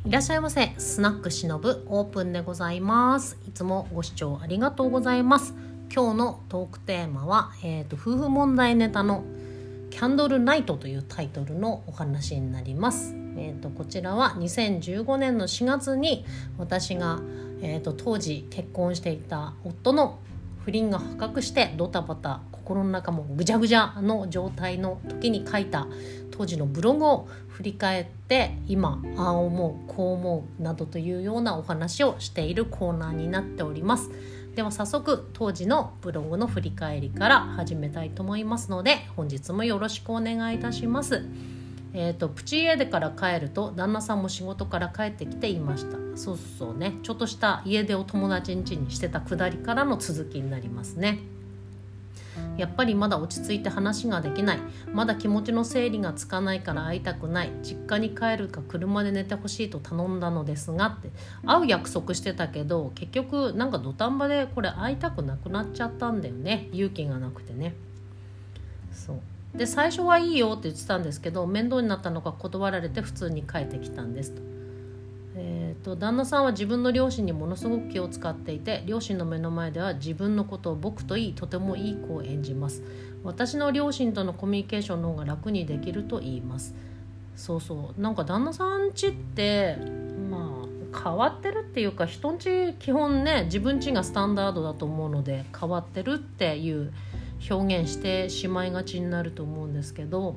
いらっしゃいませ。スナックしのぶオープンでございます。いつもご視聴ありがとうございます。今日のトークテーマは、夫婦問題ネタのキャンドルナイトというタイトルのお話になります。こちらは2015年の4月に私が、当時結婚していた夫の不倫が発覚してドタバタ心の中もぐちゃぐちゃの状態の時に書いた当時のブログを振り返って今ああ思うこう思うなどというようなお話をしているコーナーになっております。では早速当時のブログの振り返りから始めたいと思いますので本日もよろしくお願いいたします。プチ家出から帰ると旦那さんも仕事から帰ってきていました。そうね、ちょっとした家出を友達ん家にしてたくだりからの続きになりますね。やっぱりまだ落ち着いて話ができない、まだ気持ちの整理がつかないから会いたくない、実家に帰るか車で寝てほしいと頼んだのですがって会う約束してたけど結局なんか土壇場でこれ会いたくなくなっちゃったんだよね。勇気がなくてね。そうで最初はいいよって言ってたんですけど面倒になったのか断られて普通に帰ってきたんですと。旦那さんは自分の両親にものすごく気を使っていて両親の目の前では自分のことを僕といいとてもいい子を演じます。私の両親とのコミュニケーションの方が楽にできると言います。なんか旦那さん家って変わってるっていうか人ん家基本ね自分家がスタンダードだと思うので変わってるっていう表現してしまいがちになると思うんですけど、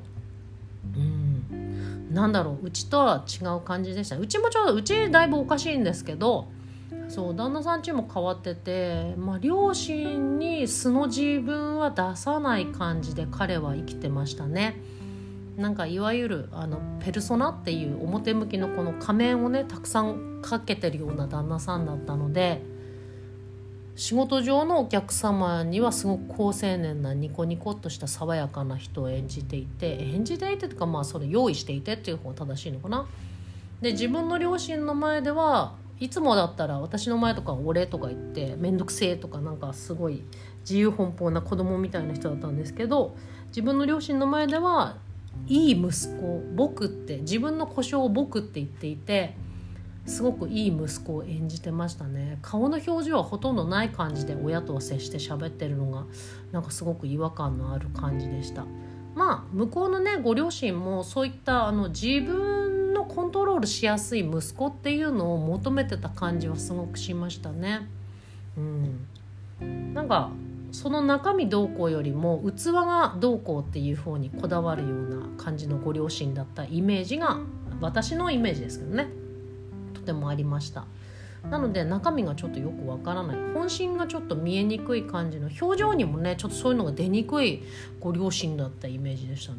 なんだろう、うちとは違う感じでした。うちだいぶおかしいんですけど旦那さん家も変わってて、両親に素の自分は出さない感じで彼は生きてましたね。なんかいわゆるペルソナっていう表向きのこの仮面をねたくさんかけてるような旦那さんだったので仕事上のお客様にはすごく好青年なニコニコっとした爽やかな人を演じていてというかそれ用意していてっていう方が正しいのかな。で自分の両親の前ではいつもだったら私の前とか俺とか言ってめんどくせえとかなんかすごい自由奔放な子供みたいな人だったんですけど自分の両親の前ではいい息子僕って自分の故障を僕って言っていてすごくいい息子を演じてましたね。顔の表情はほとんどない感じで親とは接して喋ってるのがなんかすごく違和感のある感じでした。向こうのねご両親もそういった自分のコントロールしやすい息子っていうのを求めてた感じはすごくしましたね。なんかその中身どうこうよりも器がどうこうっていう方にこだわるような感じのご両親だったイメージが私のイメージですけどねとてもありました。なので中身がちょっとよくわからない本心がちょっと見えにくい感じの表情にもねちょっとそういうのが出にくいご両親だったイメージでしたね。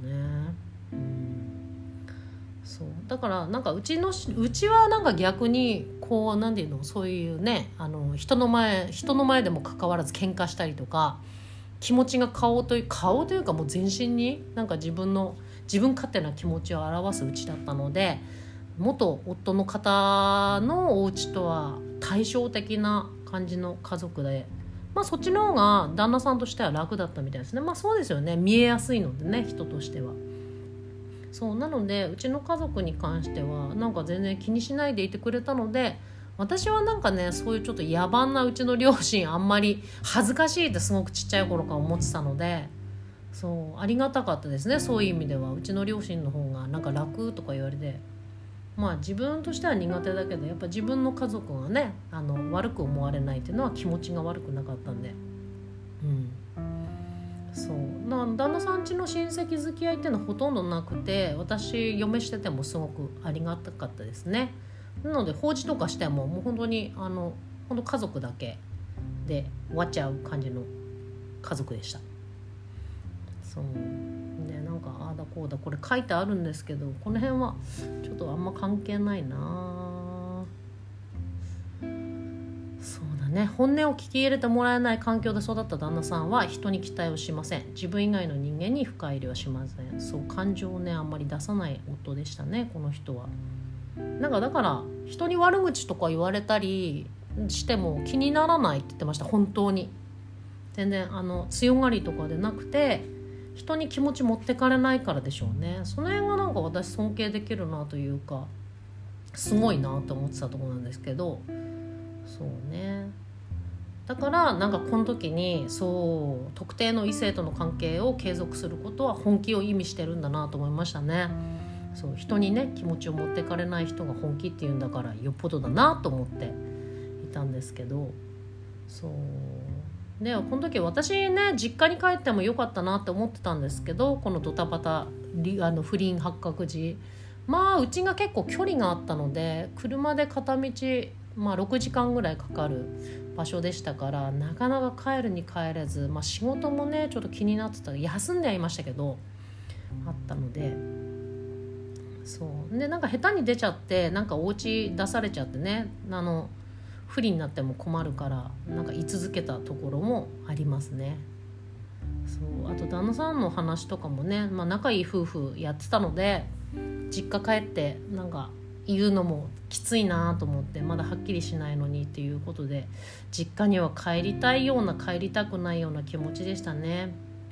だからなんかうちはなんか逆にこうなんていうのそういうね人の前でも関わらず喧嘩したりとか気持ちが顔というかもう全身になんか自分勝手な気持ちを表すうちだったので元夫の方のお家とは対照的な感じの家族でそっちの方が旦那さんとしては楽だったみたいですね。そうですよね、見えやすいのでね人としては。なのでうちの家族に関してはなんか全然気にしないでいてくれたので私はなんかねそういうちょっと野蛮なうちの両親あんまり恥ずかしいってすごくちっちゃい頃から思ってたのでありがたかったですね。そういう意味ではうちの両親の方がなんか楽とか言われて自分としては苦手だけどやっぱ自分の家族がね悪く思われないっていうのは気持ちが悪くなかったんで旦那さん家の親戚付き合いっていうのはほとんどなくて私嫁しててもすごくありがたかったですね。なので法事とかしてももう本当に本当家族だけで終わっちゃう感じの家族でした。でなんかああだこうだこれ書いてあるんですけどこの辺はちょっとあんま関係ないな。本音を聞き入れてもらえない環境で育った旦那さんは人に期待をしません。自分以外の人間に深入りはしません。感情をねあんまり出さない夫でしたねこの人は。だから人に悪口とか言われたりしても気にならないって言ってました。本当に全然強がりとかでなくて人に気持ち持ってかれないからでしょうね。その辺がなんか私尊敬できるなというかすごいなと思ってたところなんですけど、そうね、だからなんかこの時にそう特定の異性との関係を継続することは本気を意味してるんだなと思いましたね。そう、人にね気持ちを持ってかれない人が本気っていうんだからよっぽどだなと思っていたんですけど、そうでこの時私ね実家に帰ってもよかったなって思ってたんですけど、このドタバタ不倫発覚時、まあうちが結構距離があったので車で片道、6時間ぐらいかかる場所でしたから、なかなか帰るに帰れず、仕事もねちょっと気になってた、休んではいましたけどあったので、そうでなんか下手に出ちゃってなんかお家出されちゃってね、不利になっても困るからなんか居続けたところもありますね。そうあと旦那さんの話とかもね、仲いい夫婦やってたので実家帰ってなんか言うのもきついなと思って、まだはっきりしないのにっていうことで実家には帰りたいような帰りたくないような気持ちでしたね。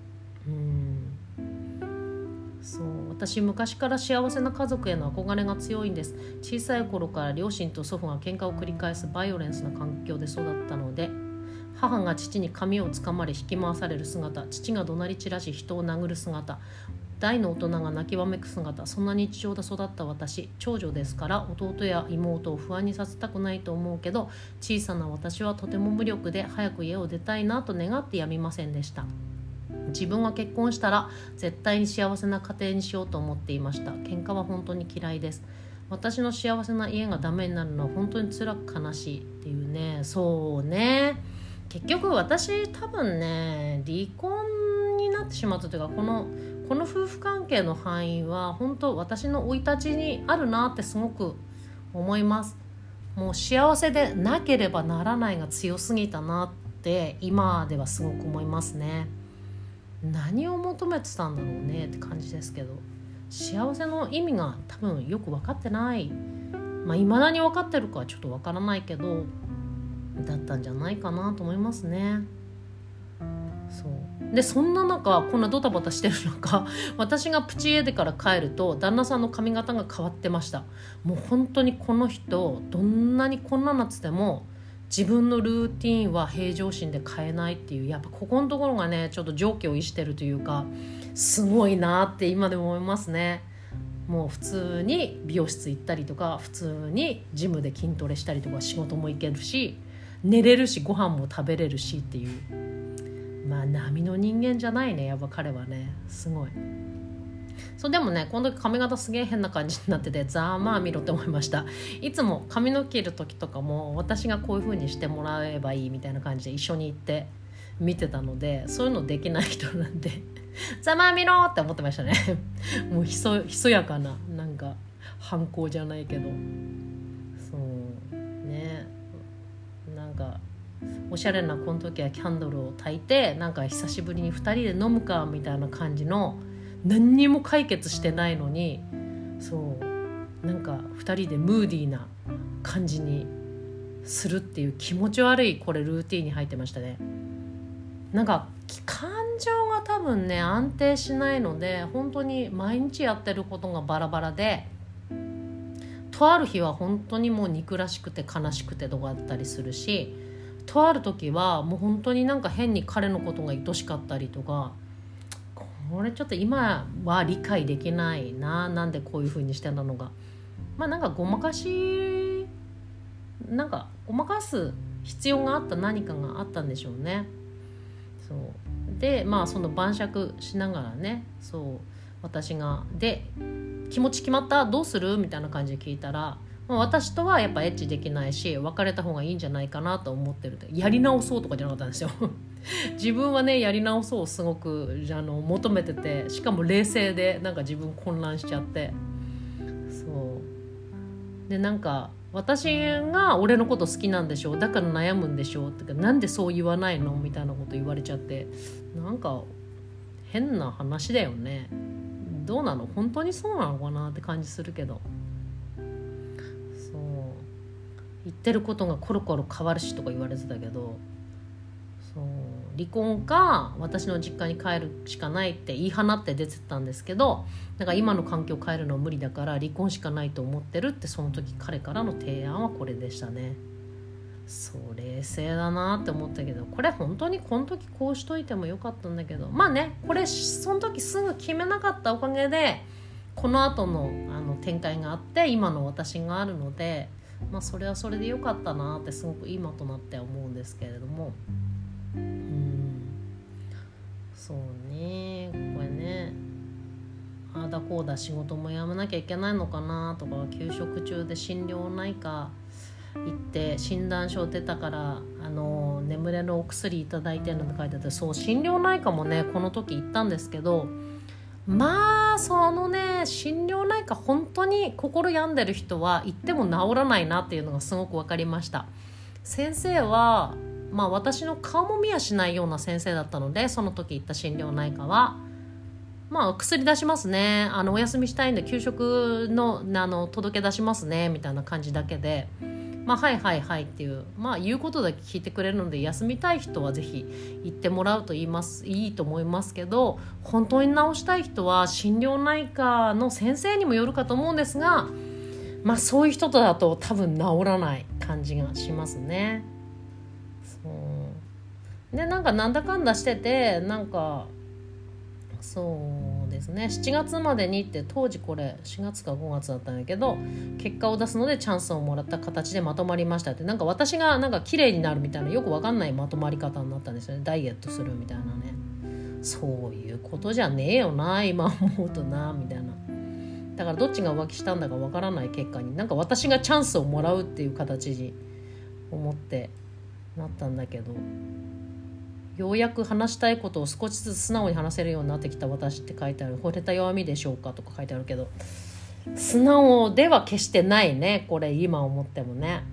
そう私昔から幸せな家族への憧れが強いんです。小さい頃から両親と祖父が喧嘩を繰り返すバイオレンスな環境で育ったので、母が父に髪をつかまれ引き回される姿、父が怒鳴り散らし人を殴る姿、大の大人が泣きわめく姿、そんな日常で育った私、長女ですから弟や妹を不安にさせたくないと思うけど、小さな私はとても無力で早く家を出たいなと願ってやみませんでした。自分が結婚したら絶対に幸せな家庭にしようと思っていました。喧嘩は本当に嫌いです。私の幸せな家がダメになるのは本当に辛く悲しいっていうね。そうね、結局私多分ね離婚になってしまったというか、この夫婦関係の範囲は本当私の生い立ちにあるなってすごく思います。もう幸せでなければならないが強すぎたなって今ではすごく思いますね。何を求めてたんだろうねって感じですけど、幸せの意味が多分よく分かってない、未だに分かってるかはちょっと分からないけどだったんじゃないかなと思いますね。そうでそんな中こんなドタバタしてる中私がプチ家出から帰ると旦那さんの髪型が変わってました。もう本当にこの人どんなにこんななってても自分のルーティンは平常心で変えないっていう、やっぱここのところがねちょっと常軌を逸してるというかすごいなって今でも思いますね。もう普通に美容室行ったりとか普通にジムで筋トレしたりとか仕事も行けるし寝れるしご飯も食べれるしっていう、波の人間じゃないねやっぱ彼はね、すごい。そうでもねこの時髪型すげえ変な感じになっててざまあ見ろって思いました。いつも髪の切る時とかも私がこういう風にしてもらえばいいみたいな感じで一緒に行って見てたので、そういうのできない人なんでざまあ見ろって思ってましたねもうひそやかななんか反抗じゃないけど、そうね、なんかおしゃれなこの時はキャンドルを焚いてなんか久しぶりに2人で飲むかみたいな感じの、何にも解決してないのにそうなんか2人でムーディーな感じにするっていう気持ち悪いこれルーティーンに入ってましたね。なんか感情が多分ね安定しないので本当に毎日やってることがバラバラで、とある日は本当にもう憎らしくて悲しくてとかあったりするし、とある時はもう本当になんか変に彼のことが愛しかったりとか、これちょっと今は理解できないな、なんでこういう風にしてたのが、なんかごまかす必要があった何かがあったんでしょうね。そうでその晩酌しながらね、そう私がで気持ち決まったどうするみたいな感じで聞いたら、私とはやっぱエッチできないし別れた方がいいんじゃないかなと思ってるって、やり直そうとかじゃなかったんですよ自分はねやり直そうをすごく求めてて、しかも冷静でなんか自分混乱しちゃって、そうでなんか私が俺のこと好きなんでしょだから悩むんでしょってか、なんでそう言わないのみたいなこと言われちゃって、なんか変な話だよね。どうなの本当にそうなのかなって感じするけど、そう言ってることがコロコロ変わるしとか言われてたけど、そう離婚か私の実家に帰るしかないって言い放って出てたんですけど、だから今の環境変えるのは無理だから離婚しかないと思ってるってその時彼からの提案はこれでしたね。そう冷静だなって思ったけど、これ本当にこの時こうしといてもよかったんだけど、まあね、これその時すぐ決めなかったおかげでこの後の展開があって今の私があるので、まあそれはそれでよかったなってすごく今となっては思うんですけれども、そうね、これね、ああだこうだ仕事も辞めなきゃいけないのかなとか、休職中で心療内科行って診断書出たから眠れのお薬いただいてるのって書いてあって、そう心療内科もねこの時行ったんですけど、まあそのね心療内科本当に心病んでる人は行っても治らないなっていうのがすごく分かりました。先生はまあ私の顔も見やしないような先生だったので、その時行った心療内科はまあ薬出しますね、お休みしたいんで給食の届け出しますねみたいな感じだけで、まあはいはいはいっていう、まあ言うことだけ聞いてくれるので、休みたい人はぜひ行ってもらうといいと思いますけど、本当に治したい人は心療内科の先生にもよるかと思うんですが、まあそういう人とだと多分治らない感じがしますね。そうでなんだかんだしててそうですね、7月までにって当時これ4月か5月だったんだけど、結果を出すのでチャンスをもらった形でまとまりましたって、私が綺麗になるみたいなよくわかんないまとまり方になったんですよね。ダイエットするみたいなね、そういうことじゃねえよな今思うとなみたいな。だからどっちが浮気したんだかわからない結果に私がチャンスをもらうっていう形に思ってなったんだけど、ようやく話したいことを少しずつ素直に話せるようになってきた私って書いてある。惚れた弱みでしょうかとか書いてあるけど、素直では決してないねこれ今思ってもね。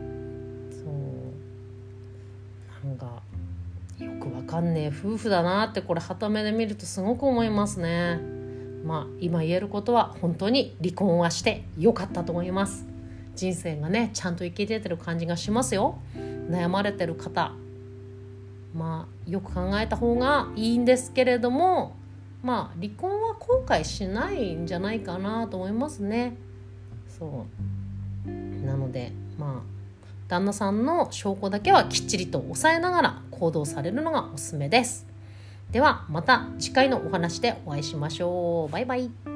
そうよくわかんねえ夫婦だなってこれ傍目で見るとすごく思いますね。まあ今言えることは本当に離婚はしてよかったと思います。人生がねちゃんと生きててる感じがしますよ。悩まれてる方、まあよく考えた方がいいんですけれども、まあ離婚は後悔しないんじゃないかなと思いますね。そうなのでまあ旦那さんの証拠だけはきっちりと抑えながら行動されるのがおすすめです。ではまた次回のお話でお会いしましょう。バイバイ。